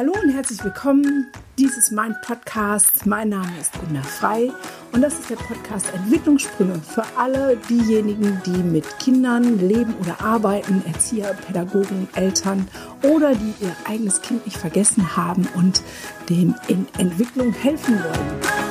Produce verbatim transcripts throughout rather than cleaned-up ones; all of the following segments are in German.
Hallo und herzlich willkommen. Dies ist mein Podcast. Mein Name ist Gunda Frei und das ist der Podcast Entwicklungssprünge für alle diejenigen, die mit Kindern leben oder arbeiten, Erzieher, Pädagogen, Eltern oder die ihr eigenes Kind nicht vergessen haben und dem in Entwicklung helfen wollen.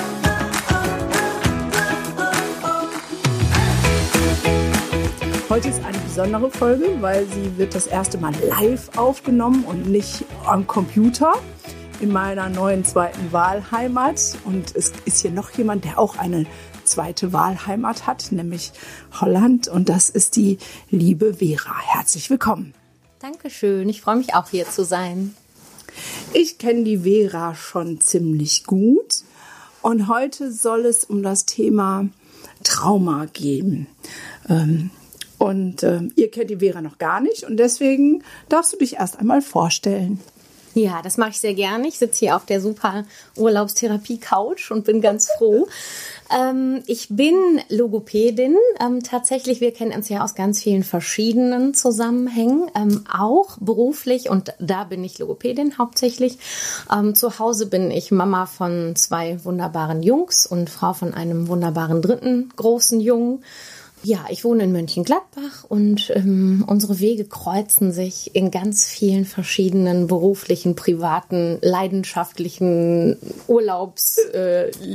Heute ist eine besondere Folge, weil sie wird das erste Mal live aufgenommen und nicht am Computer in meiner neuen zweiten Wahlheimat. Und es ist hier noch jemand, der auch eine zweite Wahlheimat hat, nämlich Holland. Und das ist die liebe Vera. Herzlich willkommen. Dankeschön, ich freue mich auch hier zu sein. Ich kenne die Vera schon ziemlich gut und heute soll es um das Thema Trauma gehen. Ähm, Und äh, ihr kennt die Vera noch gar nicht und deswegen darfst du dich erst einmal vorstellen. Ja, das mache ich sehr gerne. Ich sitze hier auf der super Urlaubstherapie-Couch und bin ganz froh. Ähm, ich bin Logopädin. Ähm, tatsächlich, wir kennen uns ja aus ganz vielen verschiedenen Zusammenhängen, ähm, auch beruflich. Und da bin ich Logopädin hauptsächlich. Ähm, zu Hause bin ich Mama von zwei wunderbaren Jungs und Frau von einem wunderbaren dritten großen Jungen. Ja, ich wohne in Mönchengladbach und ähm, unsere Wege kreuzen sich in ganz vielen verschiedenen beruflichen, privaten, leidenschaftlichen Urlaubslieben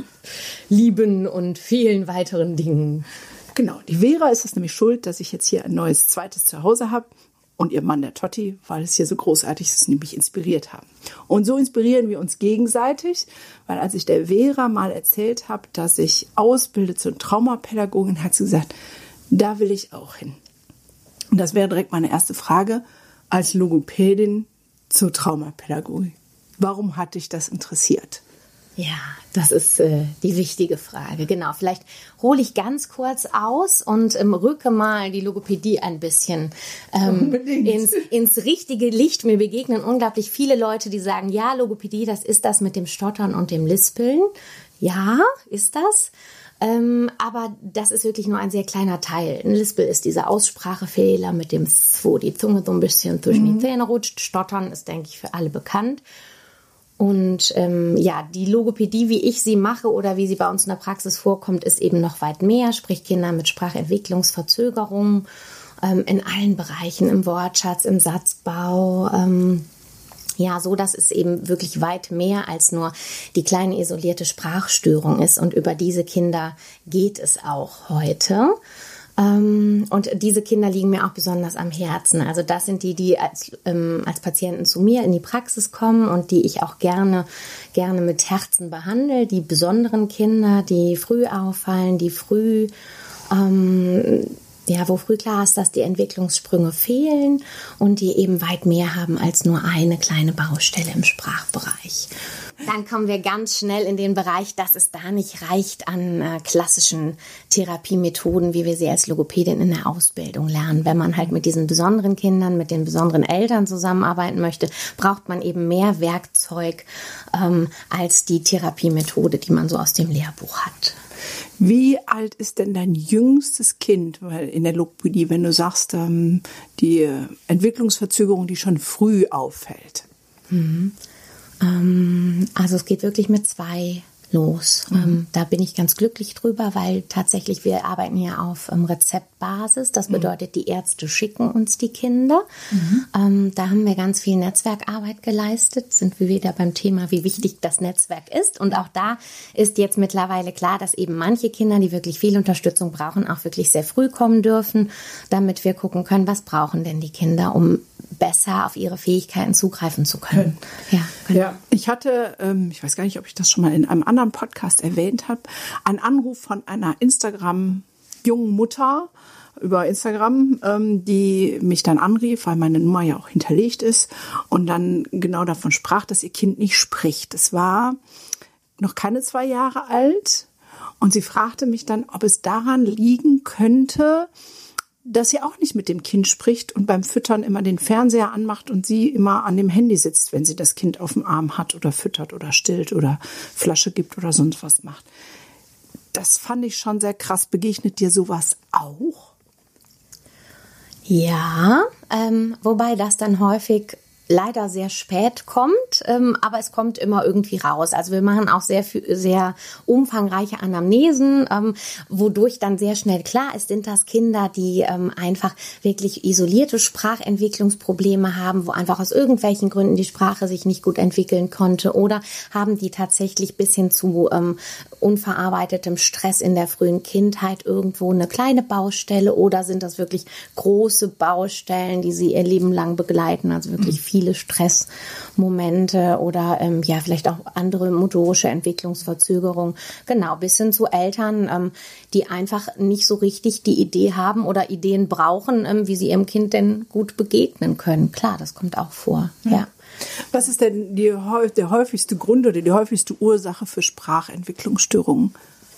äh, und vielen weiteren Dingen. Genau, die Vera ist es nämlich schuld, dass ich jetzt hier ein neues zweites Zuhause habe und ihr Mann, der Totti, weil es hier so großartig ist, nämlich inspiriert haben. Und so inspirieren wir uns gegenseitig, weil als ich der Vera mal erzählt habe, dass ich ausbilde zur Traumapädagogin, hat sie gesagt, da will ich auch hin. Und das wäre direkt meine erste Frage als Logopädin zur Traumapädagogik. Warum hat dich das interessiert? Ja, das ist äh, die wichtige Frage. Genau, vielleicht hole ich ganz kurz aus und ähm, rücke mal die Logopädie ein bisschen ähm, ins, ins richtige Licht. Mir begegnen unglaublich viele Leute, die sagen, ja, Logopädie, das ist das mit dem Stottern und dem Lispeln. Ja, ist das. Ähm, aber das ist wirklich nur ein sehr kleiner Teil. Ein Lispel ist dieser Aussprachefehler mit dem S, wo die Zunge so ein bisschen zwischen mhm. die Zähne rutscht. Stottern ist, denke ich, für alle bekannt. Und ähm, ja, die Logopädie, wie ich sie mache oder wie sie bei uns in der Praxis vorkommt, ist eben noch weit mehr. Sprich Kinder mit Sprachentwicklungsverzögerung ähm, in allen Bereichen, im Wortschatz, im Satzbau. Ähm, ja, so dass es eben wirklich weit mehr als nur die kleine isolierte Sprachstörung ist. Und über diese Kinder geht es auch heute. Und diese Kinder liegen mir auch besonders am Herzen. Also das sind die, die als, ähm, als Patienten zu mir in die Praxis kommen und die ich auch gerne, gerne mit Herzen behandle. Die besonderen Kinder, die früh auffallen, die früh, ähm, ja, wo früh klar ist, dass die Entwicklungssprünge fehlen und die eben weit mehr haben als nur eine kleine Baustelle im Sprachbereich. Dann kommen wir ganz schnell in den Bereich, dass es da nicht reicht an äh, klassischen Therapiemethoden, wie wir sie als Logopädin in der Ausbildung lernen. Wenn man halt mit diesen besonderen Kindern, mit den besonderen Eltern zusammenarbeiten möchte, braucht man eben mehr Werkzeug ähm, als die Therapiemethode, die man so aus dem Lehrbuch hat. Wie alt ist denn dein jüngstes Kind? Weil in der Logopädie, wenn du sagst, ähm, die Entwicklungsverzögerung, die schon früh auffällt. Mhm. Also es geht wirklich mit zwei los. Mhm. Ähm, da bin ich ganz glücklich drüber, weil tatsächlich wir arbeiten ja auf ähm, Rezeptbasis. Das bedeutet, die Ärzte schicken uns die Kinder. Mhm. Ähm, da haben wir ganz viel Netzwerkarbeit geleistet. Sind wir wieder beim Thema, wie wichtig das Netzwerk ist. Und auch da ist jetzt mittlerweile klar, dass eben manche Kinder, die wirklich viel Unterstützung brauchen, auch wirklich sehr früh kommen dürfen, damit wir gucken können, was brauchen denn die Kinder, um besser auf ihre Fähigkeiten zugreifen zu können. Ja, genau. Ja, ich hatte, ähm, ich weiß gar nicht, ob ich das schon mal in einem anderen Podcast erwähnt habe, einen Anruf von einer Instagram-jungen Mutter über Instagram, ähm, die mich dann anrief, weil meine Nummer ja auch hinterlegt ist und dann genau davon sprach, dass ihr Kind nicht spricht. Es war noch keine zwei Jahre alt und sie fragte mich dann, ob es daran liegen könnte, dass sie auch nicht mit dem Kind spricht und beim Füttern immer den Fernseher anmacht und sie immer an dem Handy sitzt, wenn sie das Kind auf dem Arm hat oder füttert oder stillt oder Flasche gibt oder sonst was macht. Das fand ich schon sehr krass. Begegnet dir sowas auch? Ja, ähm, wobei das dann häufig leider sehr spät kommt, ähm, aber es kommt immer irgendwie raus. Also wir machen auch sehr sehr umfangreiche Anamnesen, ähm, wodurch dann sehr schnell klar ist, sind das Kinder, die ähm, einfach wirklich isolierte Sprachentwicklungsprobleme haben, wo einfach aus irgendwelchen Gründen die Sprache sich nicht gut entwickeln konnte, oder haben die tatsächlich bis hin zu ähm, unverarbeitetem Stress in der frühen Kindheit irgendwo eine kleine Baustelle, oder sind das wirklich große Baustellen, die sie ihr Leben lang begleiten, also wirklich viel viele Stressmomente oder ähm, ja vielleicht auch andere motorische Entwicklungsverzögerungen. Genau, bis hin zu Eltern, ähm, die einfach nicht so richtig die Idee haben oder Ideen brauchen, ähm, wie sie ihrem Kind denn gut begegnen können. Klar, das kommt auch vor, ja. ja. Was ist denn die, der häufigste Grund oder die häufigste Ursache für Sprachentwicklungsstörungen?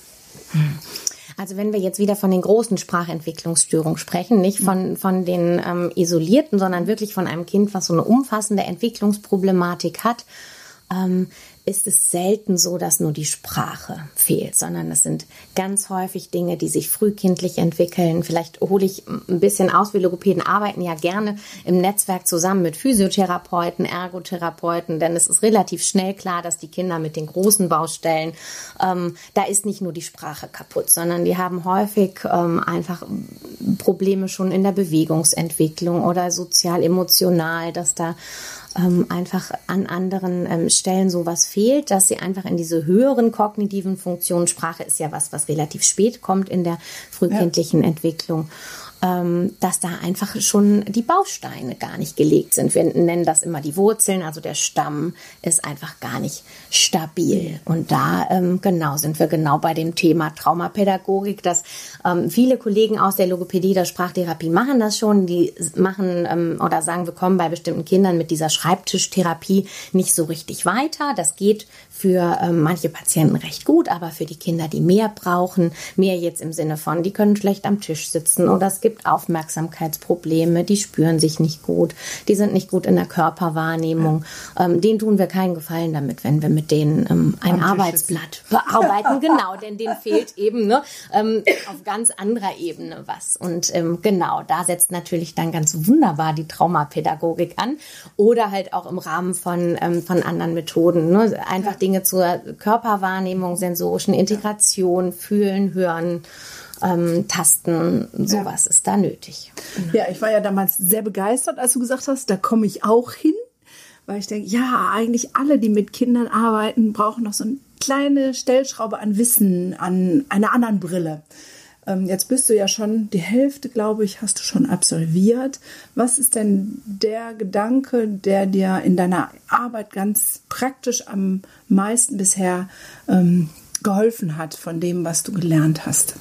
Hm. Also wenn wir jetzt wieder von den großen Sprachentwicklungsstörungen sprechen, nicht von, von den ähm, isolierten, sondern wirklich von einem Kind, was so eine umfassende Entwicklungsproblematik hat, ähm, ist es selten so, dass nur die Sprache fehlt, sondern es sind ganz häufig Dinge, die sich frühkindlich entwickeln. Vielleicht hole ich ein bisschen aus, wir Logopäden arbeiten ja gerne im Netzwerk zusammen mit Physiotherapeuten, Ergotherapeuten, denn es ist relativ schnell klar, dass die Kinder mit den großen Baustellen, ähm, da ist nicht nur die Sprache kaputt, sondern die haben häufig ähm, einfach Probleme schon in der Bewegungsentwicklung oder sozial-emotional, dass da Ähm, einfach an anderen ähm, Stellen sowas fehlt, dass sie einfach in diese höheren kognitiven Funktionen, Sprache ist ja was, was relativ spät kommt in der frühkindlichen ja. Entwicklung, ähm, dass da einfach schon die Bausteine gar nicht gelegt sind. Wir nennen das immer die Wurzeln, also der Stamm ist einfach gar nicht stabil. Und da ähm, genau sind wir genau bei dem Thema Traumapädagogik, dass ähm, viele Kollegen aus der Logopädie, der Sprachtherapie machen das schon, die machen ähm, oder sagen, wir kommen bei bestimmten Kindern mit dieser Schreibtischtherapie nicht so richtig weiter. Das geht für ähm, manche Patienten recht gut, aber für die Kinder, die mehr brauchen, mehr jetzt im Sinne von, die können schlecht am Tisch sitzen oder es gibt Aufmerksamkeitsprobleme, die spüren sich nicht gut, die sind nicht gut in der Körperwahrnehmung. Ja. Ähm, denen tun wir keinen Gefallen damit, wenn wir mit denen ähm, ein Arbeitsblatt bearbeiten. Genau, denn denen fehlt eben ne, ähm, auf ganz anderer Ebene was. Und ähm, genau, da setzt natürlich dann ganz wunderbar die Traumapädagogik an oder halt auch im Rahmen von, ähm, von anderen Methoden. Ne? Einfach Dinge zur Körperwahrnehmung, sensorischen Integration, fühlen, hören, Ähm, Tasten, sowas ja. ist da nötig. Ja, ich war ja damals sehr begeistert, als du gesagt hast, da komme ich auch hin, weil ich denke, ja, eigentlich alle, die mit Kindern arbeiten, brauchen noch so eine kleine Stellschraube an Wissen, an einer anderen Brille. Ähm, jetzt bist du ja schon die Hälfte, glaube ich, hast du schon absolviert. Was ist denn der Gedanke, der dir in deiner Arbeit ganz praktisch am meisten bisher ähm, geholfen hat von dem, was du gelernt hast?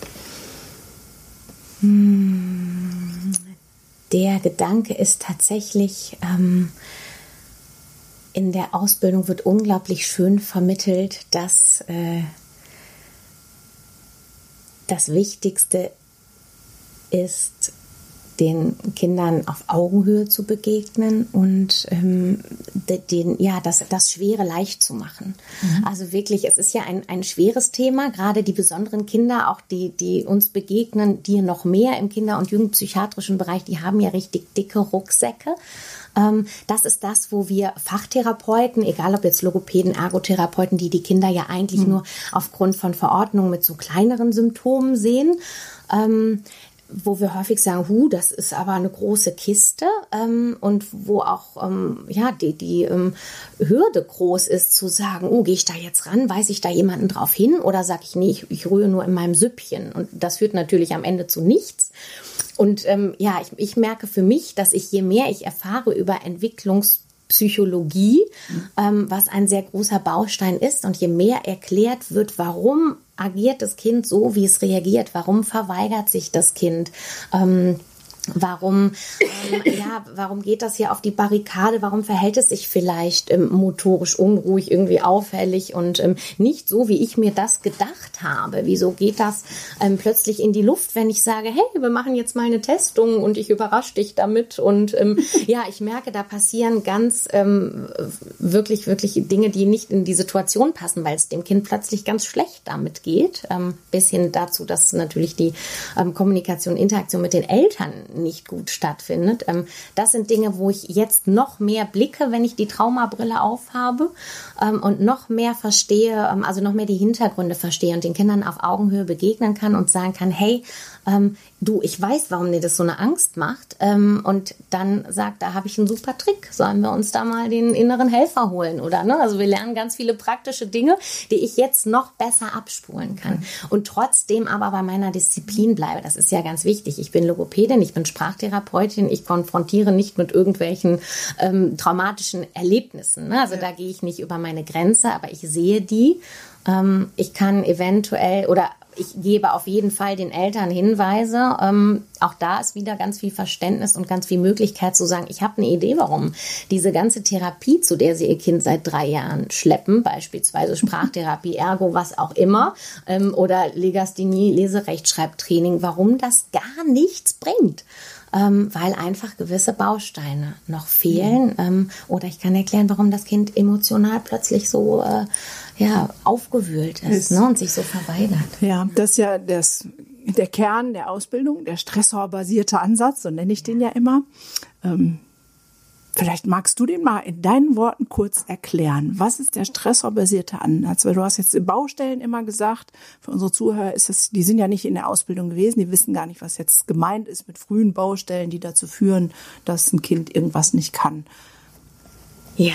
Der Gedanke ist tatsächlich, ähm, in der Ausbildung wird unglaublich schön vermittelt, dass äh, das Wichtigste ist, den Kindern auf Augenhöhe zu begegnen und ähm, den, ja, das, das Schwere leicht zu machen. Mhm. Also wirklich, es ist ja ein, ein schweres Thema, gerade die besonderen Kinder, auch die, die uns begegnen, die noch mehr im Kinder- und Jugendpsychiatrischen Bereich, die haben ja richtig dicke Rucksäcke. Ähm, das ist das, wo wir Fachtherapeuten, egal ob jetzt Logopäden, Ergotherapeuten, die die Kinder ja eigentlich mhm. nur aufgrund von Verordnungen mit so kleineren Symptomen sehen, ähm, wo wir häufig sagen, hu, das ist aber eine große Kiste ähm, und wo auch ähm, ja die, die ähm, Hürde groß ist zu sagen, oh, gehe ich da jetzt ran, weise ich da jemanden drauf hin oder sage ich, nee, ich, ich rühre nur in meinem Süppchen und das führt natürlich am Ende zu nichts. Und ähm, ja, ich, ich merke für mich, dass ich, je mehr ich erfahre über Entwicklungspsychologie, mhm. ähm, was ein sehr großer Baustein ist und je mehr erklärt wird, warum agiert das Kind so, wie es reagiert? Warum verweigert sich das Kind? Ähm, warum, ähm, ja, warum geht das hier auf die Barrikade? Warum verhält es sich vielleicht ähm, motorisch unruhig, irgendwie auffällig und ähm, nicht so, wie ich mir das gedacht habe? Wieso geht das ähm, plötzlich in die Luft, wenn ich sage, hey, wir machen jetzt mal eine Testung und ich überrasche dich damit? Und ähm, ja, ich merke, da passieren ganz ähm, wirklich, wirklich Dinge, die nicht in die Situation passen, weil es dem Kind plötzlich ganz schlecht damit geht. Ähm, bis hin dazu, dass natürlich die ähm, Kommunikation, Interaktion mit den Eltern nicht gut stattfindet. Ähm, das sind Dinge, wo ich jetzt noch mehr blicke, wenn ich die Traumabrille aufhabe ähm, und noch mehr verstehe, ähm, also noch mehr die Hintergründe verstehe und den Kindern auf Augenhöhe begegnen kann und sagen kann, hey, ähm, du, ich weiß, warum dir das so eine Angst macht ähm, und dann sagt, da habe ich einen super Trick, sollen wir uns da mal den inneren Helfer holen, oder? Ne? Also wir lernen ganz viele praktische Dinge, die ich jetzt noch besser abspulen kann und trotzdem aber bei meiner Disziplin bleibe. Das ist ja ganz wichtig. Ich bin Logopädin, ich bin Sprachtherapeutin, ich konfrontiere nicht mit irgendwelchen ähm, traumatischen Erlebnissen. Ne? Also ja. Da gehe ich nicht über meine Grenze, aber ich sehe die. Ähm, ich kann eventuell oder ich gebe auf jeden Fall den Eltern Hinweise. Ähm, auch da ist wieder ganz viel Verständnis und ganz viel Möglichkeit zu sagen, ich habe eine Idee, warum diese ganze Therapie, zu der sie ihr Kind seit drei Jahren schleppen, beispielsweise Sprachtherapie, Ergo, was auch immer, ähm, oder Legasthenie, Leserechtschreibtraining, warum das gar nichts bringt. Ähm, weil einfach gewisse Bausteine noch fehlen. Mhm. Ähm, oder ich kann erklären, warum das Kind emotional plötzlich so äh, ja, aufgewühlt ist, ist ne, und sich so verweigert. Ja, das ist ja das, der Kern der Ausbildung, der stressorbasierte Ansatz, so nenne ich den ja immer. Ähm, Vielleicht magst du den mal in deinen Worten kurz erklären. Was ist der stressorbasierte Ansatz? Weil du hast jetzt Baustellen immer gesagt, für unsere Zuhörer ist es, die sind ja nicht in der Ausbildung gewesen, die wissen gar nicht, was jetzt gemeint ist mit frühen Baustellen, die dazu führen, dass ein Kind irgendwas nicht kann. Ja,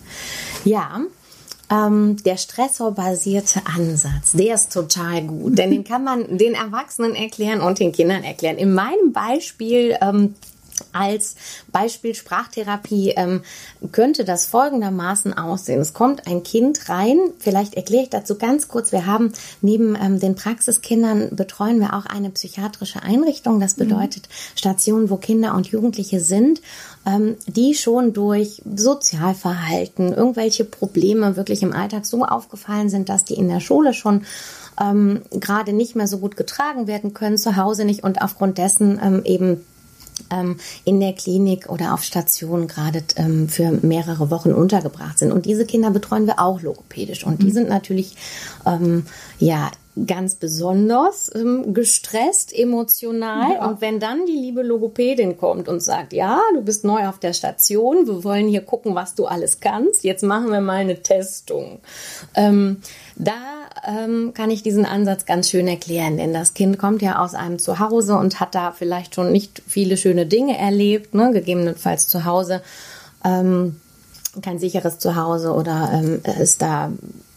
ja. Ähm, der stressorbasierte Ansatz, der ist total gut, denn den kann man den Erwachsenen erklären und den Kindern erklären. In meinem Beispiel ähm, als Beispiel Sprachtherapie ähm, könnte das folgendermaßen aussehen. Es kommt ein Kind rein, vielleicht erkläre ich dazu ganz kurz, wir haben neben ähm, den Praxiskindern betreuen wir auch eine psychiatrische Einrichtung, das bedeutet Stationen, wo Kinder und Jugendliche sind, ähm, die schon durch Sozialverhalten, irgendwelche Probleme wirklich im Alltag so aufgefallen sind, dass die in der Schule schon ähm, gerade nicht mehr so gut getragen werden können, zu Hause nicht und aufgrund dessen ähm, eben in der Klinik oder auf Station gerade ähm, für mehrere Wochen untergebracht sind. Und diese Kinder betreuen wir auch logopädisch. Und die mhm. sind natürlich ähm, ja ganz besonders ähm, gestresst, emotional. Ja. Und wenn dann die liebe Logopädin kommt und sagt, ja, du bist neu auf der Station, wir wollen hier gucken, was du alles kannst, jetzt machen wir mal eine Testung. Ähm, da ähm, kann ich diesen Ansatz ganz schön erklären, denn das Kind kommt ja aus einem Zuhause und hat da vielleicht schon nicht viele schöne Dinge erlebt, ne? Gegebenenfalls zu Hause ähm, kein sicheres Zuhause oder ähm, ist da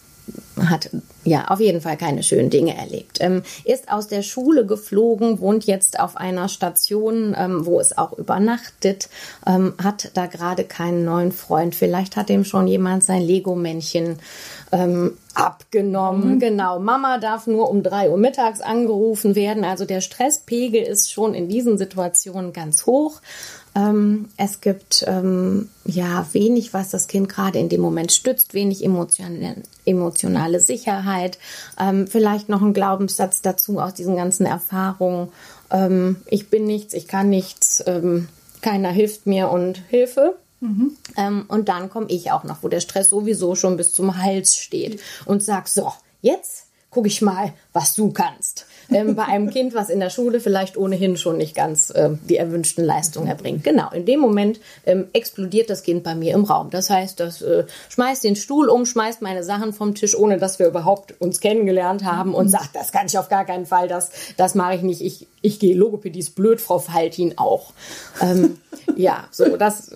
hat ja auf jeden Fall keine schönen Dinge erlebt. Ähm, ist aus der Schule geflogen, wohnt jetzt auf einer Station, ähm, wo es auch übernachtet, ähm, hat da gerade keinen neuen Freund. Vielleicht hat ihm schon jemand sein Lego-Männchen ähm, abgenommen. Mhm. Genau, Mama darf nur um drei Uhr mittags angerufen werden. Also der Stresspegel ist schon in diesen Situationen ganz hoch. Ähm, es gibt ähm, ja wenig, was das Kind gerade in dem Moment stützt, wenig emotionale, emotionale Sicherheit, ähm, vielleicht noch ein Glaubenssatz dazu aus diesen ganzen Erfahrungen. Ähm, ich bin nichts, ich kann nichts, ähm, keiner hilft mir und Hilfe. Mhm. Ähm, und dann komme ich auch noch, wo der Stress sowieso schon bis zum Hals steht und sag so, jetzt gucke ich mal, was du kannst. Ähm, bei einem Kind, was in der Schule vielleicht ohnehin schon nicht ganz äh, die erwünschten Leistungen erbringt. Genau, in dem Moment ähm, explodiert das Kind bei mir im Raum. Das heißt, das äh, schmeißt den Stuhl um, schmeißt meine Sachen vom Tisch, ohne dass wir überhaupt uns kennengelernt haben und sagt, das kann ich auf gar keinen Fall, das, das mache ich nicht. Ich, ich gehe, Logopädie ist blöd, Frau Faltin auch. Ähm, ja, so, das...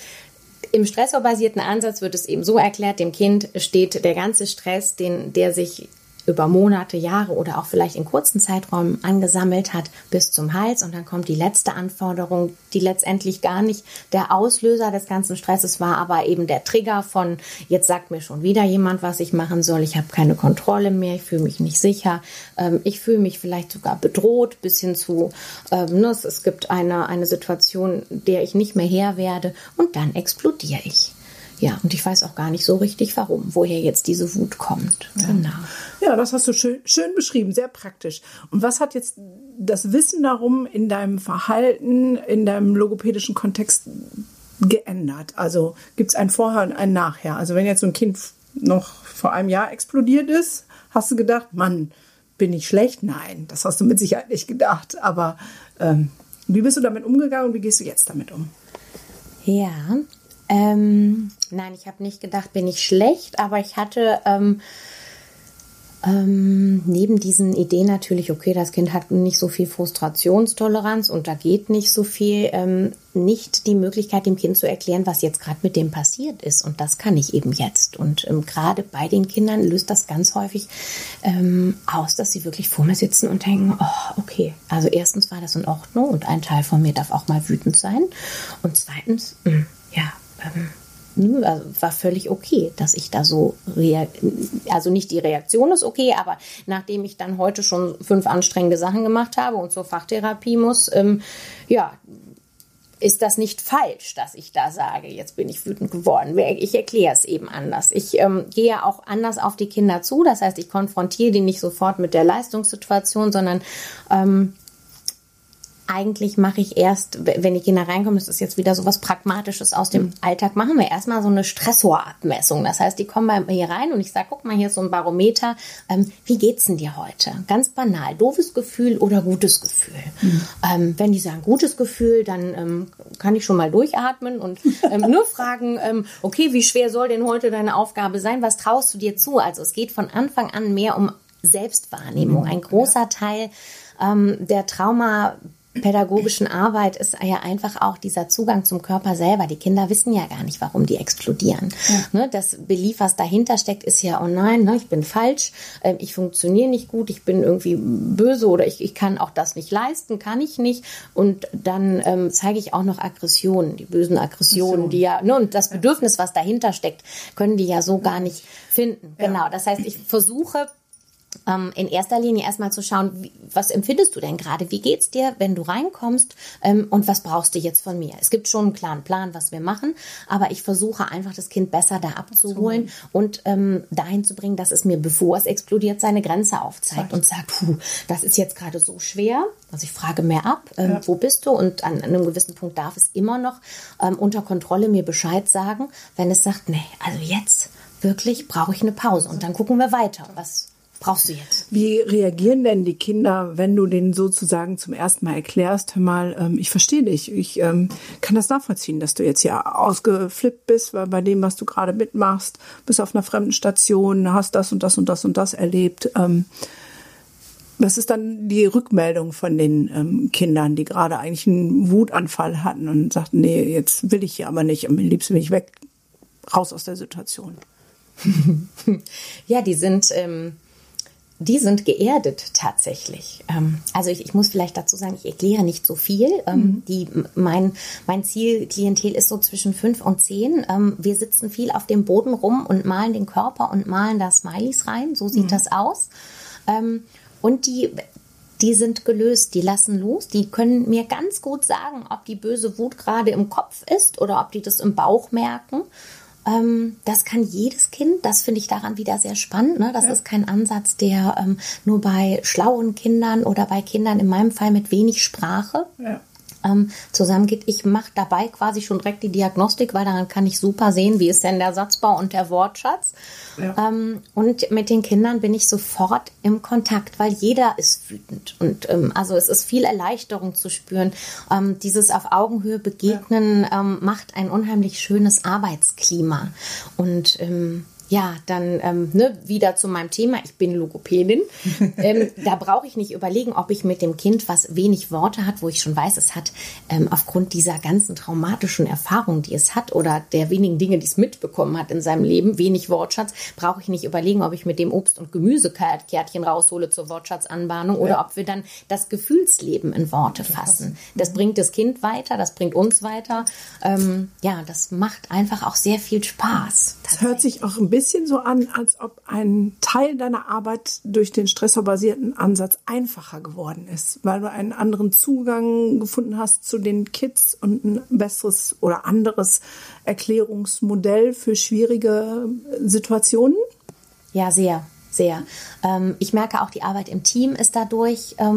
Im stressorbasierten Ansatz wird es eben so erklärt, dem Kind steht der ganze Stress, den, der sich über Monate, Jahre oder auch vielleicht in kurzen Zeiträumen angesammelt hat, bis zum Hals. Und dann kommt die letzte Anforderung, die letztendlich gar nicht der Auslöser des ganzen Stresses war, aber eben der Trigger von, jetzt sagt mir schon wieder jemand, was ich machen soll. Ich habe keine Kontrolle mehr, ich fühle mich nicht sicher. Ähm, ich fühle mich vielleicht sogar bedroht, bis hin zu, ähm, ne, es, es gibt eine, eine Situation, der ich nicht mehr Herr werde. Und dann explodiere ich. Ja, und ich weiß auch gar nicht so richtig, warum, woher jetzt diese Wut kommt. Ja. Genau. Ja, das hast du schön, schön beschrieben, sehr praktisch. Und was hat jetzt das Wissen darum in deinem Verhalten, in deinem logopädischen Kontext geändert? Also gibt es ein Vorher und ein Nachher? Also wenn jetzt so ein Kind noch vor einem Jahr explodiert ist, hast du gedacht, Mann, bin ich schlecht? Nein, das hast du mit Sicherheit nicht gedacht. Aber ähm, Wie bist du damit umgegangen und wie gehst du jetzt damit um? Ja, ähm, nein, ich habe nicht gedacht, bin ich schlecht, aber ich hatte ähm, ähm, neben diesen Ideen natürlich, okay, das Kind hat nicht so viel Frustrationstoleranz und da geht nicht so viel, ähm, nicht die Möglichkeit, dem Kind zu erklären, was jetzt gerade mit dem passiert ist. Und das kann ich eben jetzt. Und ähm, gerade bei den Kindern löst das ganz häufig ähm, aus, dass sie wirklich vor mir sitzen und denken, oh, okay, also erstens war das in Ordnung und ein Teil von mir darf auch mal wütend sein. Und zweitens, mh, ja, ähm, Also war völlig okay, dass ich da so, rea- also nicht die Reaktion ist okay, aber nachdem ich dann heute schon fünf anstrengende Sachen gemacht habe und zur Fachtherapie muss, ähm, ja, ist das nicht falsch, dass ich da sage, jetzt bin ich wütend geworden. Ich erkläre es eben anders. Ich ähm, gehe auch anders auf die Kinder zu, das heißt, ich konfrontiere die nicht sofort mit der Leistungssituation, sondern ähm, eigentlich mache ich erst, wenn die Kinder reinkommen, das ist jetzt wieder so was Pragmatisches aus dem Alltag, machen wir erstmal so eine Stressorabmessung. Das heißt, die kommen bei mir hier rein und ich sage, guck mal, hier ist so ein Barometer. Ähm, wie geht's denn dir heute? Ganz banal, doofes Gefühl oder gutes Gefühl? Mhm. Ähm, wenn die sagen, gutes Gefühl, dann ähm, kann ich schon mal durchatmen und ähm, nur fragen, ähm, okay, wie schwer soll denn heute deine Aufgabe sein? Was traust du dir zu? Also es geht von Anfang an mehr um Selbstwahrnehmung. Ein großer Teil ähm, der Trauma pädagogischen Arbeit ist ja einfach auch dieser Zugang zum Körper selber. Die Kinder wissen ja gar nicht, warum die explodieren. Ja. Ne, das Belief, was dahinter steckt, ist ja, oh nein, ne, ich bin falsch, äh, ich funktioniere nicht gut, ich bin irgendwie böse oder ich, ich kann auch das nicht leisten, kann ich nicht. Und dann ähm, zeige ich auch noch Aggressionen, die bösen Aggressionen, die ja, ne, und das Bedürfnis, was dahinter steckt, können die ja so gar nicht finden. Ja. Genau, das heißt, ich versuche, Ähm, in erster Linie erstmal zu schauen, wie, was empfindest du denn gerade? Wie geht's dir, wenn du reinkommst? Ähm, und was brauchst du jetzt von mir? Es gibt schon einen klaren Plan, was wir machen, aber ich versuche einfach, das Kind besser da abzuholen so. und ähm, dahin zu bringen, dass es mir, bevor es explodiert, seine Grenze aufzeigt und sagt, puh, das ist jetzt gerade so schwer. Also ich frage mehr ab, ähm, ja. wo bist du? Und an, an einem gewissen Punkt darf es immer noch ähm, unter Kontrolle mir Bescheid sagen, wenn es sagt, nee, also jetzt wirklich brauche ich eine Pause und dann gucken wir weiter, was brauchst du jetzt? Wie reagieren denn die Kinder, wenn du denen sozusagen zum ersten Mal erklärst, hör mal, ähm, ich verstehe dich, ich ähm, kann das nachvollziehen, dass du jetzt hier ausgeflippt bist, weil bei dem, was du gerade mitmachst, bist auf einer fremden Station, hast das und das und das und das erlebt. Ähm, was ist dann die Rückmeldung von den ähm, Kindern, die gerade eigentlich einen Wutanfall hatten und sagten, nee, jetzt will ich hier aber nicht, am liebsten will ich weg, raus aus der Situation? Ja, die sind... Ähm Die sind geerdet tatsächlich. Also ich, ich muss vielleicht dazu sagen, ich erkläre nicht so viel. Mhm. Die, mein, mein Zielklientel ist so zwischen fünf und zehn. Wir sitzen viel auf dem Boden rum und malen den Körper und malen da Smileys rein. So sieht mhm. das aus. Und die, die sind gelöst, die lassen los. Die können mir ganz gut sagen, ob die böse Wut gerade im Kopf ist oder ob die das im Bauch merken. Das kann jedes Kind, das finde ich daran wieder sehr spannend. Ne? Das ja. ist kein Ansatz, der ähm, nur bei schlauen Kindern oder bei Kindern in meinem Fall mit wenig Sprache ja. ähm, zusammengeht. Ich mache dabei quasi schon direkt die Diagnostik, weil daran kann ich super sehen, wie ist denn der Satzbau und der Wortschatz. Ja. Ähm, und mit den Kindern bin ich sofort im Kontakt, weil jeder ist wütend. Und ähm, also es ist viel Erleichterung zu spüren. Ähm, dieses auf Augenhöhe begegnen ja. ähm, macht ein unheimlich schönes Arbeitsklima. Und ähm, ja, dann ähm, ne, wieder zu meinem Thema, ich bin Logopädin. ähm, da brauche ich nicht überlegen, ob ich mit dem Kind, was wenig Worte hat, wo ich schon weiß, es hat ähm, aufgrund dieser ganzen traumatischen Erfahrungen, die es hat oder der wenigen Dinge, die es mitbekommen hat in seinem Leben, wenig Wortschatz, brauche ich nicht überlegen, ob ich mit dem Obst- und Gemüsekärtchen raushole zur Wortschatzanbahnung ja. oder ob wir dann das Gefühlsleben in Worte fassen. Das bringt das Kind weiter, das bringt uns weiter. Ähm, ja, das macht einfach auch sehr viel Spaß. Das hört sich auch ein bisschen bisschen so an, als ob ein Teil deiner Arbeit durch den stressorbasierten Ansatz einfacher geworden ist, weil du einen anderen Zugang gefunden hast zu den Kids und ein besseres oder anderes Erklärungsmodell für schwierige Situationen? Ja, sehr. Sehr. Ähm, ich merke auch, die Arbeit im Team ist dadurch ähm,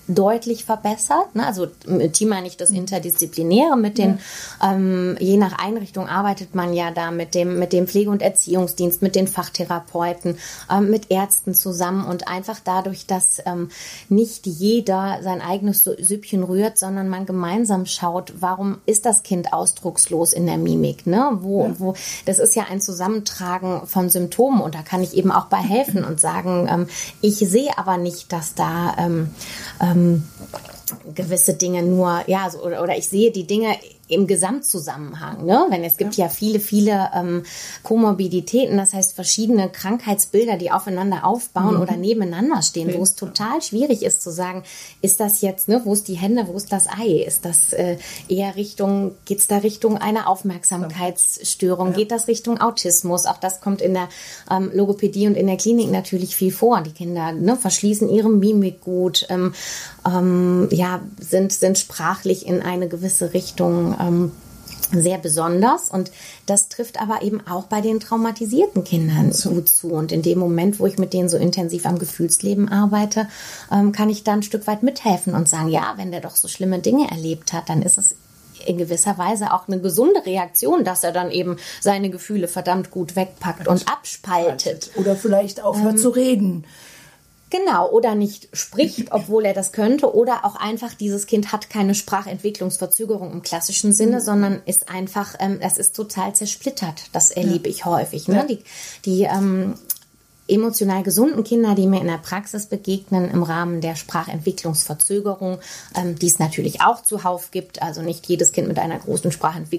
deutlich verbessert. Ne? Also mit Team meine ich das Interdisziplinäre, mit den, ja. ähm, je nach Einrichtung arbeitet man ja da mit dem, mit dem Pflege- und Erziehungsdienst, mit den Fachtherapeuten, ähm, mit Ärzten zusammen und einfach dadurch, dass ähm, nicht jeder sein eigenes Süppchen rührt, sondern man gemeinsam schaut, warum ist das Kind ausdruckslos in der Mimik, ne? Wo, ja. wo, das ist ja ein Zusammentragen von Symptomen und da kann ich eben auch bei helfen und sagen, ähm, ich sehe aber nicht, dass da ähm, ähm, gewisse Dinge nur, ja, so, oder, oder ich sehe die Dinge im Gesamtzusammenhang, ne? Wenn es gibt ja, ja viele, viele ähm, Komorbiditäten, das heißt verschiedene Krankheitsbilder, die aufeinander aufbauen mhm. oder nebeneinander stehen, okay. wo es total schwierig ist zu sagen, ist das jetzt, ne, wo ist die Hände, wo ist das Ei? Ist das äh, eher Richtung, geht's da Richtung einer Aufmerksamkeitsstörung? Ja. Geht das Richtung Autismus? Auch das kommt in der ähm, Logopädie und in der Klinik natürlich viel vor. Die Kinder ne, verschließen ihre Mimik gut, ähm, ähm, ja, sind, sind sprachlich in eine gewisse Richtung ähm, sehr besonders und das trifft aber eben auch bei den traumatisierten Kindern so. gut zu und in dem Moment, wo ich mit denen so intensiv am Gefühlsleben arbeite, ähm, kann ich da ein Stück weit mithelfen und sagen, ja, wenn der doch so schlimme Dinge erlebt hat, dann ist es in gewisser Weise auch eine gesunde Reaktion, dass er dann eben seine Gefühle verdammt gut wegpackt und abspaltet. Oder vielleicht aufhört ähm, zu reden. Genau, oder nicht spricht, obwohl er das könnte, oder auch einfach, dieses Kind hat keine Sprachentwicklungsverzögerung im klassischen Sinne, mhm. sondern ist einfach, ähm, es ist total zersplittert. Das erlebe ja. ich häufig. Ne? Ja. Die, die ähm, emotional gesunden Kinder, die mir in der Praxis begegnen im Rahmen der Sprachentwicklungsverzögerung, ähm, die es natürlich auch zuhauf gibt. Also nicht jedes Kind mit einer großen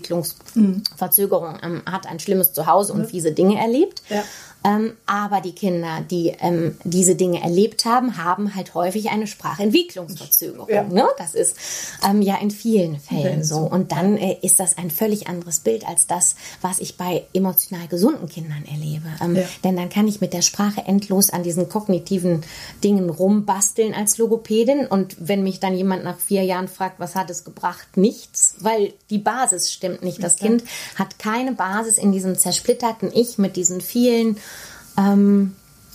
Sprachentwicklungsverzögerung ähm, hat ein schlimmes Zuhause und fiese Dinge erlebt. Ja. Ähm, aber die Kinder, die ähm, diese Dinge erlebt haben, haben halt häufig eine Sprachentwicklungsverzögerung. Ja. Ne? Das ist ähm, ja in vielen Fällen ja, so. Und dann äh, ist das ein völlig anderes Bild als das, was ich bei emotional gesunden Kindern erlebe. Ähm, ja. Denn dann kann ich mit der Sprache endlos an diesen kognitiven Dingen rumbasteln als Logopädin. Und wenn mich dann jemand nach vier Jahren fragt, was hat es gebracht? Nichts, weil die Basis stimmt nicht. Das ja. Kind hat keine Basis in diesem zersplitterten Ich mit diesen vielen Ähm,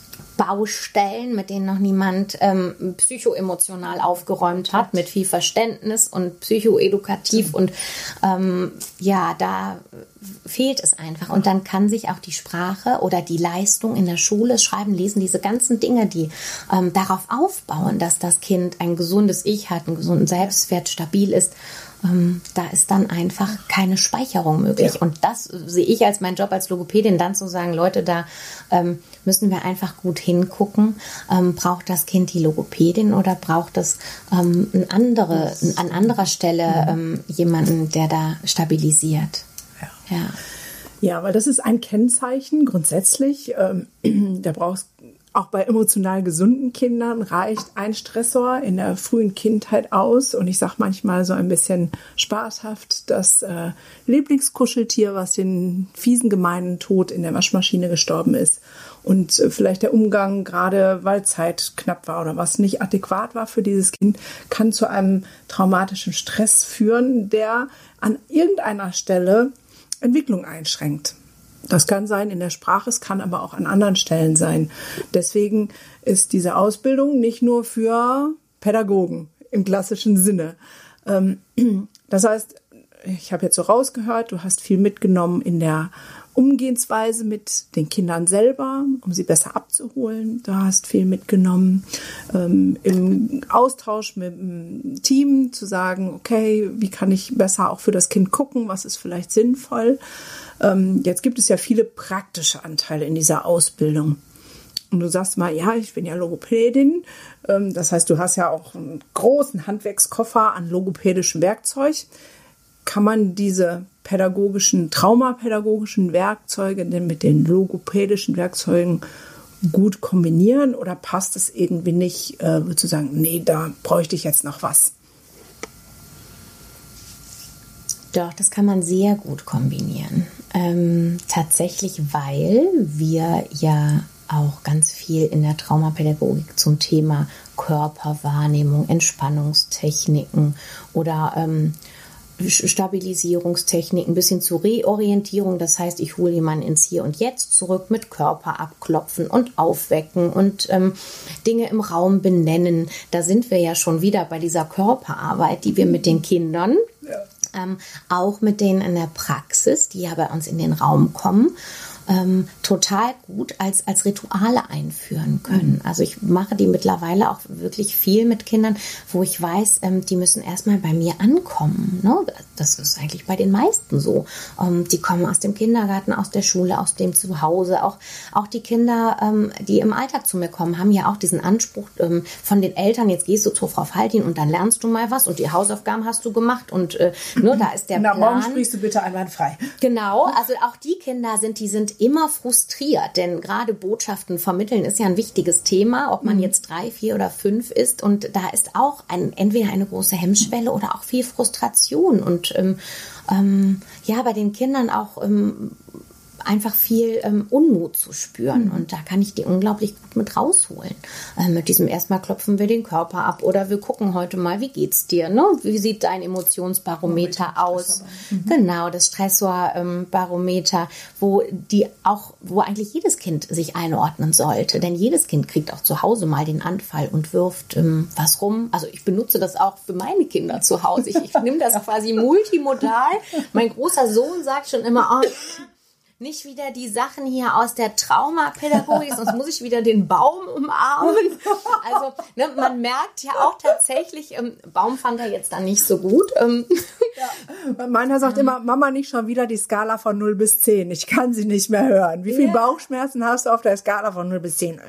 Baustellen, mit denen noch niemand ähm, psychoemotional aufgeräumt hat, mit viel Verständnis und psychoedukativ und ähm, ja, da fehlt es einfach. Und dann kann sich auch die Sprache oder die Leistung in der Schule, Schreiben, Lesen, diese ganzen Dinge, die ähm, darauf aufbauen, dass das Kind ein gesundes Ich hat, einen gesunden Selbstwert, stabil ist, Ähm, da ist dann einfach keine Speicherung möglich. Ja. Und das sehe ich als meinen Job als Logopädin, dann zu sagen, Leute, da ähm, müssen wir einfach gut hingucken. Ähm, braucht das Kind die Logopädin oder braucht es ähm, ein andere, an anderer Stelle ähm, jemanden, der da stabilisiert? Ja. Ja. Ja, weil das ist ein Kennzeichen grundsätzlich. Ähm, da brauchst Auch bei emotional gesunden Kindern reicht ein Stressor in der frühen Kindheit aus. Und ich sage manchmal so ein bisschen spaßhaft, das äh, Lieblingskuscheltier, was den fiesen, gemeinen Tod in der Waschmaschine gestorben ist. Und äh, vielleicht der Umgang, gerade weil Zeit knapp war oder was nicht adäquat war für dieses Kind, kann zu einem traumatischen Stress führen, der an irgendeiner Stelle Entwicklung einschränkt. Das kann sein in der Sprache, es kann aber auch an anderen Stellen sein. Deswegen ist diese Ausbildung nicht nur für Pädagogen im klassischen Sinne. Das heißt, ich habe jetzt so rausgehört, du hast viel mitgenommen in der Umgehensweise mit den Kindern selber, um sie besser abzuholen. Du hast viel mitgenommen ähm, im Austausch mit dem Team, zu sagen, okay, wie kann ich besser auch für das Kind gucken, was ist vielleicht sinnvoll. Ähm, jetzt gibt es ja viele praktische Anteile in dieser Ausbildung. Und du sagst mal, ja, ich bin ja Logopädin. Ähm, das heißt, du hast ja auch einen großen Handwerkskoffer an logopädischem Werkzeug. Kann man diese pädagogischen, traumapädagogischen Werkzeuge denn mit den logopädischen Werkzeugen gut kombinieren oder passt es irgendwie nicht, äh, würdest du sagen, nee, da bräuchte ich jetzt noch was? Doch, das kann man sehr gut kombinieren. Ähm, tatsächlich, weil wir ja auch ganz viel in der Traumapädagogik zum Thema Körperwahrnehmung, Entspannungstechniken oder ähm, Stabilisierungstechniken bis hin zur Reorientierung. Das heißt, ich hole jemanden ins Hier und Jetzt zurück mit Körper abklopfen und aufwecken und ähm, Dinge im Raum benennen. Da sind wir ja schon wieder bei dieser Körperarbeit, die wir mit den Kindern, ja. ähm, auch mit denen in der Praxis, die ja bei uns in den Raum kommen, Ähm, total gut als, als Rituale einführen können. Also ich mache die mittlerweile auch wirklich viel mit Kindern, wo ich weiß, ähm, die müssen erstmal bei mir ankommen. Ne? Das ist eigentlich bei den meisten so. Ähm, die kommen aus dem Kindergarten, aus der Schule, aus dem Zuhause. Auch, auch die Kinder, ähm, die im Alltag zu mir kommen, haben ja auch diesen Anspruch ähm, von den Eltern, jetzt gehst du zur Frau Faltin und dann lernst du mal was und die Hausaufgaben hast du gemacht und äh, nur da ist der Na, Plan. morgen sprichst du bitte einwandfrei. Genau, also auch die Kinder sind, die sind immer frustriert, denn gerade Botschaften vermitteln ist ja ein wichtiges Thema, ob man jetzt drei, vier oder fünf ist und da ist auch ein, entweder eine große Hemmschwelle oder auch viel Frustration und ähm, ähm, ja, bei den Kindern auch ähm, einfach viel ähm, Unmut zu spüren. Mhm. Und da kann ich die unglaublich gut mit rausholen. Äh, mit diesem erstmal klopfen wir den Körper ab oder wir gucken heute mal, wie geht's dir? Ne? Wie sieht dein Emotionsbarometer oh, aus? Mhm. Genau, das Stressorbarometer, ähm, wo die auch, wo eigentlich jedes Kind sich einordnen sollte. Denn jedes Kind kriegt auch zu Hause mal den Anfall und wirft ähm, was rum. Also ich benutze das auch für meine Kinder zu Hause. Ich, ich nehme das quasi multimodal. Mein großer Sohn sagt schon immer, oh, nicht wieder die Sachen hier aus der Traumapädagogik, sonst muss ich wieder den Baum umarmen. Also ne, man merkt ja auch tatsächlich, ähm, Baum fand er jetzt dann nicht so gut. Ähm. Ja. Meiner sagt immer, Mama, nicht schon wieder die Skala von null bis zehn. Ich kann sie nicht mehr hören. Wie viel ja. Bauchschmerzen hast du auf der Skala von null bis zehn?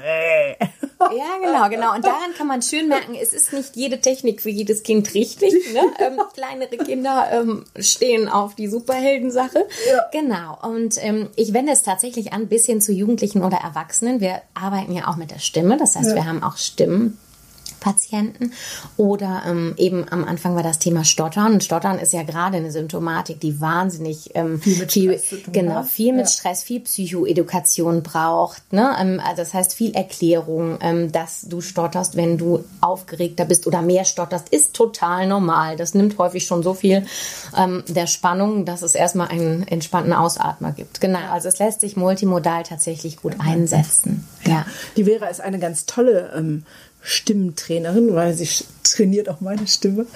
Ja, genau, genau. Und daran kann man schön merken, es ist nicht jede Technik für jedes Kind richtig. Ne? Ähm, kleinere Kinder ähm, stehen auf die Superheldensache. Ja. Genau. Und ähm, ich wende es tatsächlich an bis hin zu Jugendlichen oder Erwachsenen. Wir arbeiten ja auch mit der Stimme. Das heißt, ja. wir haben auch Stimmen. Patienten oder ähm, eben am Anfang war das Thema Stottern. Und Stottern ist ja gerade eine Symptomatik, die wahnsinnig ähm, viel, mit viel, Stress tun, genau, viel mit ja. Stress, viel Psychoedukation braucht. Ne? Ähm, also das heißt viel Erklärung, ähm, dass du stotterst, wenn du aufgeregter bist oder mehr stotterst, ist total normal. Das nimmt häufig schon so viel ähm, der Spannung, dass es erstmal einen entspannten Ausatmer gibt. Genau, also es lässt sich multimodal tatsächlich gut ja. einsetzen. Ja. Ja. Die Vera ist eine ganz tolle ähm, Stimmentrainerin, weil sie trainiert auch meine Stimme.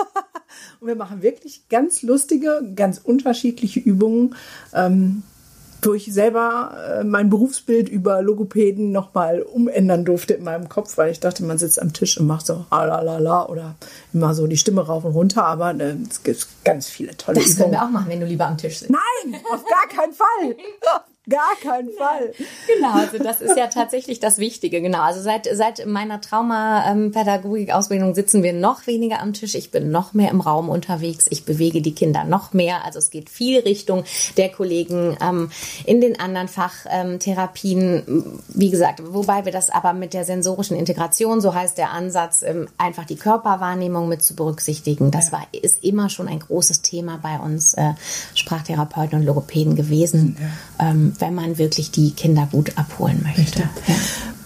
Und wir machen wirklich ganz lustige, ganz unterschiedliche Übungen, ähm, wo ich selber äh, mein Berufsbild über Logopäden nochmal umändern durfte in meinem Kopf, weil ich dachte, man sitzt am Tisch und macht so alalala oder immer so die Stimme rauf und runter, aber äh, es gibt ganz viele tolle das Übungen. Das können wir auch machen, wenn du lieber am Tisch sitzt. Nein, auf gar keinen Fall. Gar keinen Fall. Genau, also das ist ja tatsächlich das Wichtige. Genau, also seit seit meiner Traumapädagogik-Ausbildung sitzen wir noch weniger am Tisch. Ich bin noch mehr im Raum unterwegs. Ich bewege die Kinder noch mehr. Also es geht viel Richtung der Kollegen ähm, in den anderen Fachtherapien. Ähm, wie gesagt, wobei wir das aber mit der sensorischen Integration, so heißt der Ansatz, ähm, einfach die Körperwahrnehmung mit zu berücksichtigen. Das war ist immer schon ein großes Thema bei uns äh, Sprachtherapeuten und Logopäden gewesen. Ja. Ähm, wenn man wirklich die Kinder gut abholen möchte. Ja.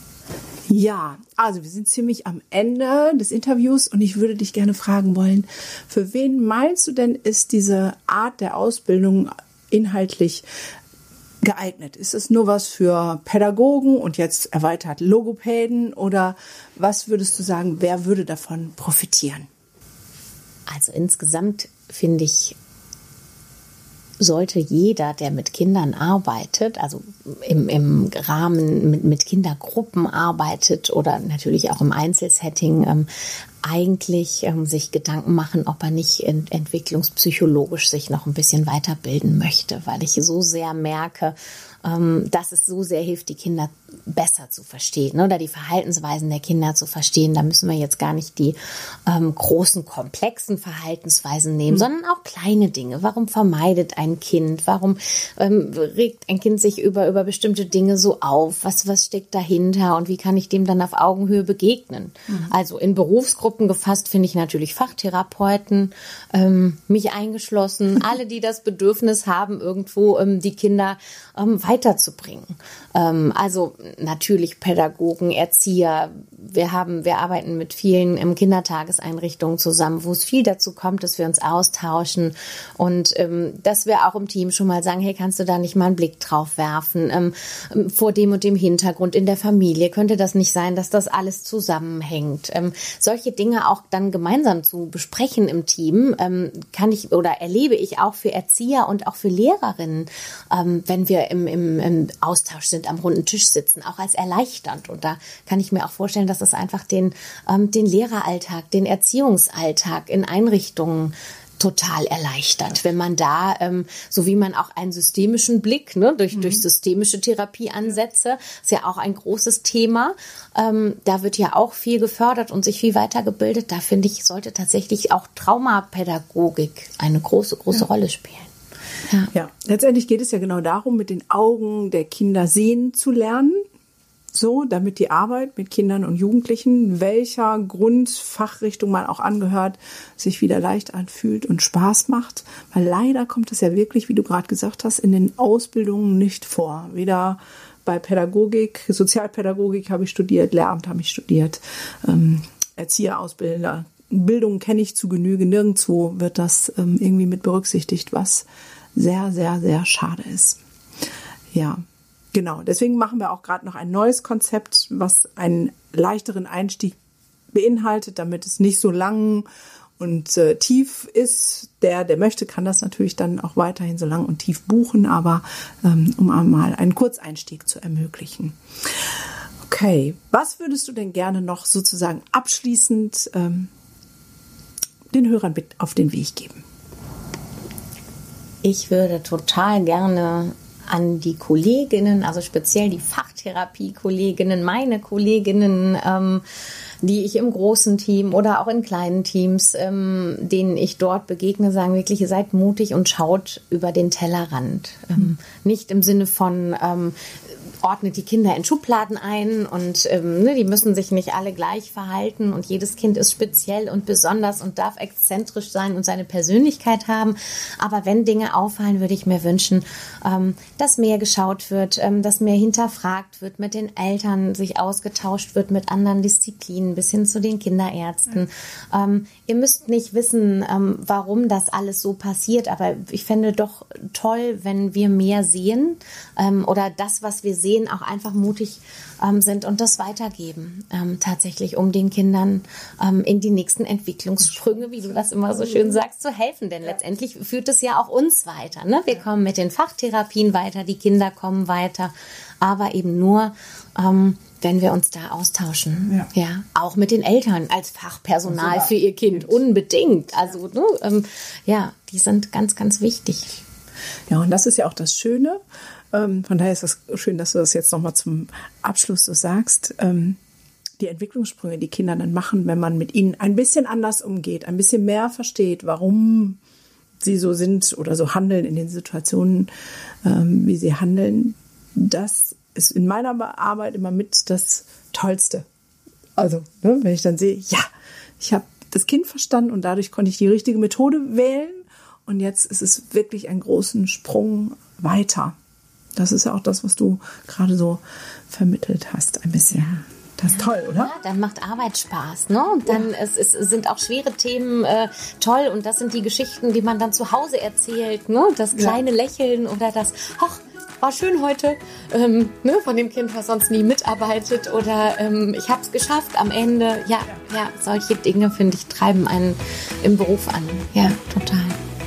Ja, also wir sind ziemlich am Ende des Interviews und ich würde dich gerne fragen wollen, für wen meinst du denn, ist diese Art der Ausbildung inhaltlich geeignet? Ist es nur was für Pädagogen und jetzt erweitert Logopäden oder was würdest du sagen, wer würde davon profitieren? Also insgesamt finde ich, sollte jeder, der mit Kindern arbeitet, also im, im Rahmen mit, mit Kindergruppen arbeitet oder natürlich auch im Einzelsetting, ähm, eigentlich ähm, sich Gedanken machen, ob er nicht ent- entwicklungspsychologisch sich noch ein bisschen weiterbilden möchte, weil ich so sehr merke, ähm, dass es so sehr hilft, die Kinder besser zu verstehen, ne? Oder die Verhaltensweisen der Kinder zu verstehen. Da müssen wir jetzt gar nicht die ähm, großen, komplexen Verhaltensweisen nehmen, mhm. sondern auch kleine Dinge. Warum vermeidet ein Kind? Warum ähm, regt ein Kind sich über, über bestimmte Dinge so auf? Was, was steckt dahinter? Und wie kann ich dem dann auf Augenhöhe begegnen? Mhm. Also in Berufsgruppen Gruppen gefasst finde ich natürlich Fachtherapeuten, ähm, mich eingeschlossen, alle, die das Bedürfnis haben, irgendwo ähm, die Kinder ähm, weiterzubringen. Ähm, also natürlich Pädagogen, Erzieher. Wir haben, wir arbeiten mit vielen ähm, Kindertageseinrichtungen zusammen, wo es viel dazu kommt, dass wir uns austauschen und ähm, dass wir auch im Team schon mal sagen, hey, kannst du da nicht mal einen Blick drauf werfen? Ähm, vor dem und dem Hintergrund in der Familie könnte das nicht sein, dass das alles zusammenhängt. Ähm, solche Dinge auch dann gemeinsam zu besprechen im Team, ähm, kann ich oder erlebe ich auch für Erzieher und auch für Lehrerinnen, ähm, wenn wir im, im, im Austausch sind, am runden Tisch sitzen, auch als erleichternd. Und da kann ich mir auch vorstellen, dass das einfach den, ähm, den Lehreralltag, den Erziehungsalltag in Einrichtungen total erleichtert, wenn man da, ähm, so wie man auch einen systemischen Blick, ne, durch, mhm. durch systemische Therapieansätze, ist ja auch ein großes Thema, ähm, da wird ja auch viel gefördert und sich viel weitergebildet. Da finde ich, sollte tatsächlich auch Traumapädagogik eine große, große ja. Rolle spielen. Ja. ja, letztendlich geht es ja genau darum, mit den Augen der Kinder sehen zu lernen. So, damit die Arbeit mit Kindern und Jugendlichen, welcher Grundfachrichtung man auch angehört, sich wieder leicht anfühlt und Spaß macht. Weil leider kommt es ja wirklich, wie du gerade gesagt hast, in den Ausbildungen nicht vor. Weder bei Pädagogik, Sozialpädagogik habe ich studiert, Lehramt habe ich studiert, ähm, Erzieherausbilder. Bildung kenne ich zu Genüge. Nirgendwo wird das ähm, irgendwie mit berücksichtigt, was sehr, sehr, sehr schade ist. Ja. Genau, deswegen machen wir auch gerade noch ein neues Konzept, was einen leichteren Einstieg beinhaltet, damit es nicht so lang und äh, tief ist. Der, der möchte, kann das natürlich dann auch weiterhin so lang und tief buchen, aber ähm, um einmal einen Kurzeinstieg zu ermöglichen. Okay, was würdest du denn gerne noch sozusagen abschließend ähm, den Hörern mit auf den Weg geben? Ich würde total gerne an die Kolleginnen, also speziell die Fachtherapie-Kolleginnen, meine Kolleginnen, ähm, die ich im großen Team oder auch in kleinen Teams, ähm, denen ich dort begegne, sagen wirklich, ihr seid mutig und schaut über den Tellerrand. Mhm. Ähm, nicht im Sinne von ähm, ordnet die Kinder in Schubladen ein und ähm, ne, die müssen sich nicht alle gleich verhalten und jedes Kind ist speziell und besonders und darf exzentrisch sein und seine Persönlichkeit haben. Aber wenn Dinge auffallen, würde ich mir wünschen, ähm, dass mehr geschaut wird, ähm, dass mehr hinterfragt wird, mit den Eltern sich ausgetauscht wird, mit anderen Disziplinen bis hin zu den Kinderärzten. Ja. Ähm, ihr müsst nicht wissen, ähm, warum das alles so passiert, aber ich fände doch toll, wenn wir mehr sehen ähm, oder das, was wir sehen, auch einfach mutig ähm, sind und das weitergeben, ähm, tatsächlich, um den Kindern ähm, in die nächsten Entwicklungssprünge, wie du das immer so schön sagst, zu helfen. Denn letztendlich führt es ja auch uns weiter. Ne? Wir kommen mit den Fachtherapien weiter, die Kinder kommen weiter, aber eben nur, ähm, wenn wir uns da austauschen. Ja. ja, auch mit den Eltern als Fachpersonal für ihr Kind, unbedingt. Also, ne, ähm, ja, die sind ganz, ganz wichtig. Ja, und das ist ja auch das Schöne. Ähm, von daher ist es schön, dass du das jetzt nochmal zum Abschluss so sagst. Ähm, die Entwicklungssprünge, die Kinder dann machen, wenn man mit ihnen ein bisschen anders umgeht, ein bisschen mehr versteht, warum sie so sind oder so handeln in den Situationen, ähm, wie sie handeln, das ist in meiner Arbeit immer mit das Tollste. Also, ne, wenn ich dann sehe, ja, ich habe das Kind verstanden und dadurch konnte ich die richtige Methode wählen und jetzt ist es wirklich einen großen Sprung weiter. Das ist ja auch das, was du gerade so vermittelt hast, ein bisschen. Das ist toll, oder? Ja, dann macht Arbeit Spaß, ne? Und dann ja. es, es sind auch schwere Themen äh, toll und das sind die Geschichten, die man dann zu Hause erzählt, ne? Das kleine ja. Lächeln oder das, ach, war schön heute, ähm, ne? Von dem Kind, was sonst nie mitarbeitet oder ähm, ich hab's geschafft am Ende. Ja, ja, ja, solche Dinge, finde ich, treiben einen im Beruf an. Ja, total.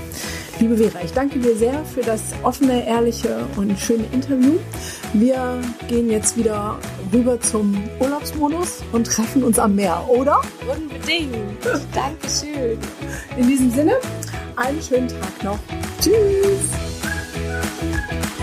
Liebe Vera, ich danke dir sehr für das offene, ehrliche und schöne Interview. Wir gehen jetzt wieder rüber zum Urlaubsmodus und treffen uns am Meer, oder? Unbedingt. Dankeschön. In diesem Sinne, einen schönen Tag noch. Tschüss.